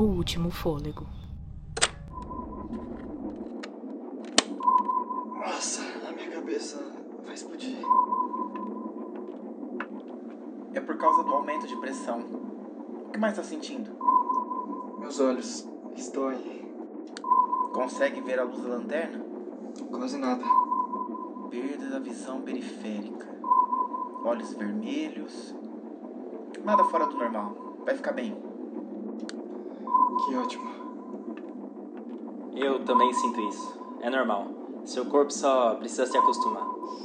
O Último Fôlego. Nossa, a minha cabeça vai explodir. É por causa do aumento de pressão. O que mais tá sentindo? Meus olhos doem. Consegue ver a luz da lanterna? Quase nada. Perda da visão periférica. Olhos vermelhos. Nada fora do normal. Vai ficar bem. Que ótimo. Eu também sinto isso. É normal. Seu corpo só precisa se acostumar.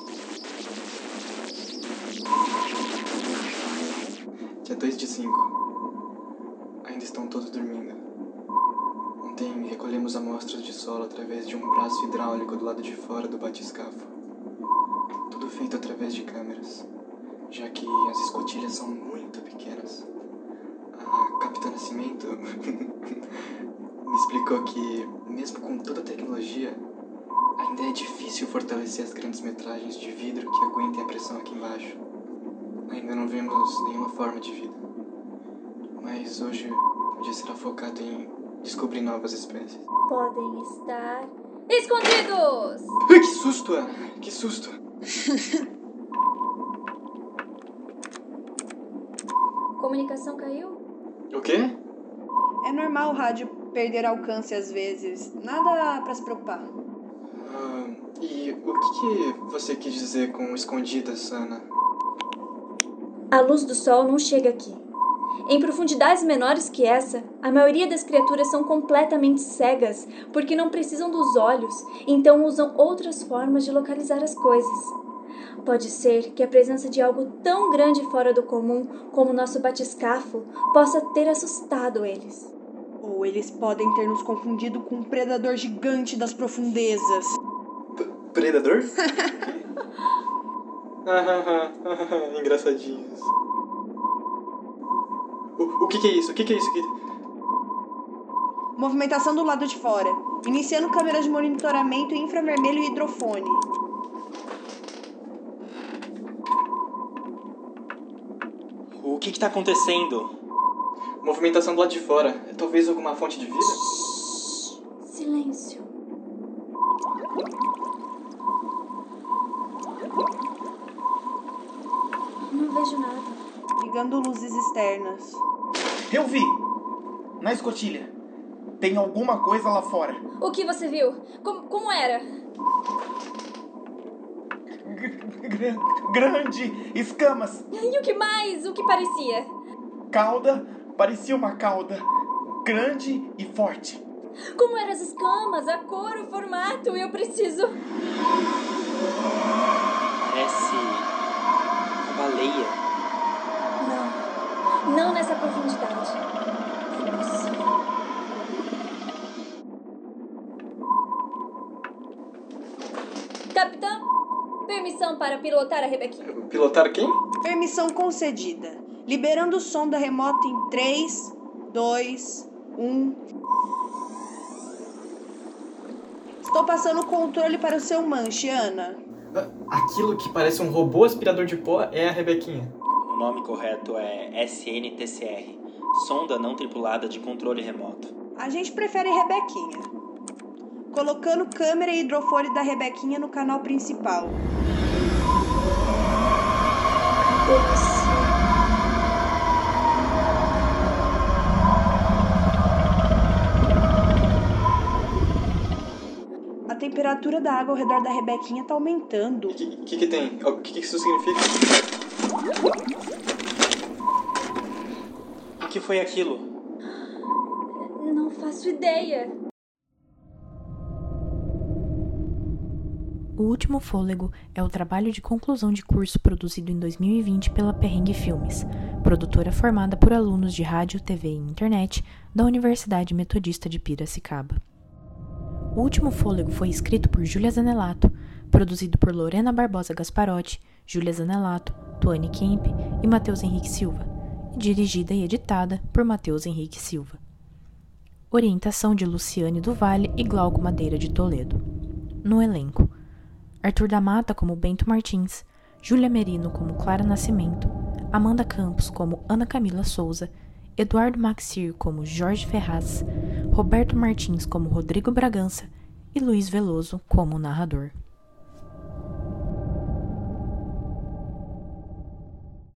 Dia 2/5. Ainda estão todos dormindo. Ontem recolhemos amostras de solo através de um braço hidráulico do lado de fora do batiscafo. Tudo feito através de câmeras, já que as escotilhas são muito pequenas. A Capitã Nascimento me explicou que, mesmo com toda a tecnologia, ainda é difícil fortalecer as grandes metragens de vidro que aguentem a pressão aqui embaixo. Ainda não vemos nenhuma forma de vida. Mas hoje o dia será focado em descobrir novas espécies. Podem estar escondidos! Ui, que susto, Ana! Que susto! Comunicação caiu? O quê? É normal o rádio perder alcance às vezes. Nada pra se preocupar. E o que você quis dizer com escondidas, Ana? A luz do sol não chega aqui. Em profundidades menores que essa, a maioria das criaturas são completamente cegas, porque não precisam dos olhos, então usam outras formas de localizar as coisas. Pode ser que a presença de algo tão grande fora do comum como nosso batiscafo possa ter assustado eles. Ou eles podem ter nos confundido com um predador gigante das profundezas. Predador? Engraçadinhos. O que é isso? O que é isso aqui? Movimentação do lado de fora. Iniciando câmeras de monitoramento infravermelho e hidrofone. O que tá acontecendo? Movimentação do lado de fora. Talvez alguma fonte de vida? Silêncio. Não vejo nada. Ligando luzes externas. Eu vi! Na escotilha. Tem alguma coisa lá fora. O que você viu? Como era? Grande! Escamas! E o que mais? O que parecia? Cauda. Parecia uma cauda. Grande e forte. Como eram as escamas, a cor, o formato? Eu preciso... Parece uma baleia. Não nessa profundidade. Impossível. Capitã, permissão para pilotar a Rebequinha. Pilotar quem? Permissão concedida. Liberando o sonda remota em 3, 2, 1. Estou passando o controle para o seu manche, Ana. Aquilo que parece um robô aspirador de pó é a Rebequinha. O nome correto é SNTCR, Sonda Não Tripulada de Controle Remoto. A gente prefere Rebequinha. Colocando câmera e hidrofone da Rebequinha no canal principal. A temperatura da água ao redor da Rebequinha tá aumentando. O que tem? O que isso significa? O que foi aquilo? Não faço ideia. O Último Fôlego é o trabalho de conclusão de curso produzido em 2020 pela Perrengue Filmes, produtora formada por alunos de rádio, TV e internet da Universidade Metodista de Piracicaba. O Último Fôlego foi escrito por Júlia Zanelato, produzido por Lorena Barbosa Gasparotti, Júlia Zanelato, Tuane Kemp e Matheus Henrique Silva, e dirigida e editada por Matheus Henrique Silva. Orientação de Luciane do Vale e Glauco Madeira de Toledo. No elenco: Arthur da Mata como Bento Martins, Júlia Merino como Clara Nascimento, Amanda Campos como Ana Camila Souza Eduardo Maxir como Jorge Ferraz, Roberto Martins como Rodrigo Bragança e Luiz Veloso como narrador.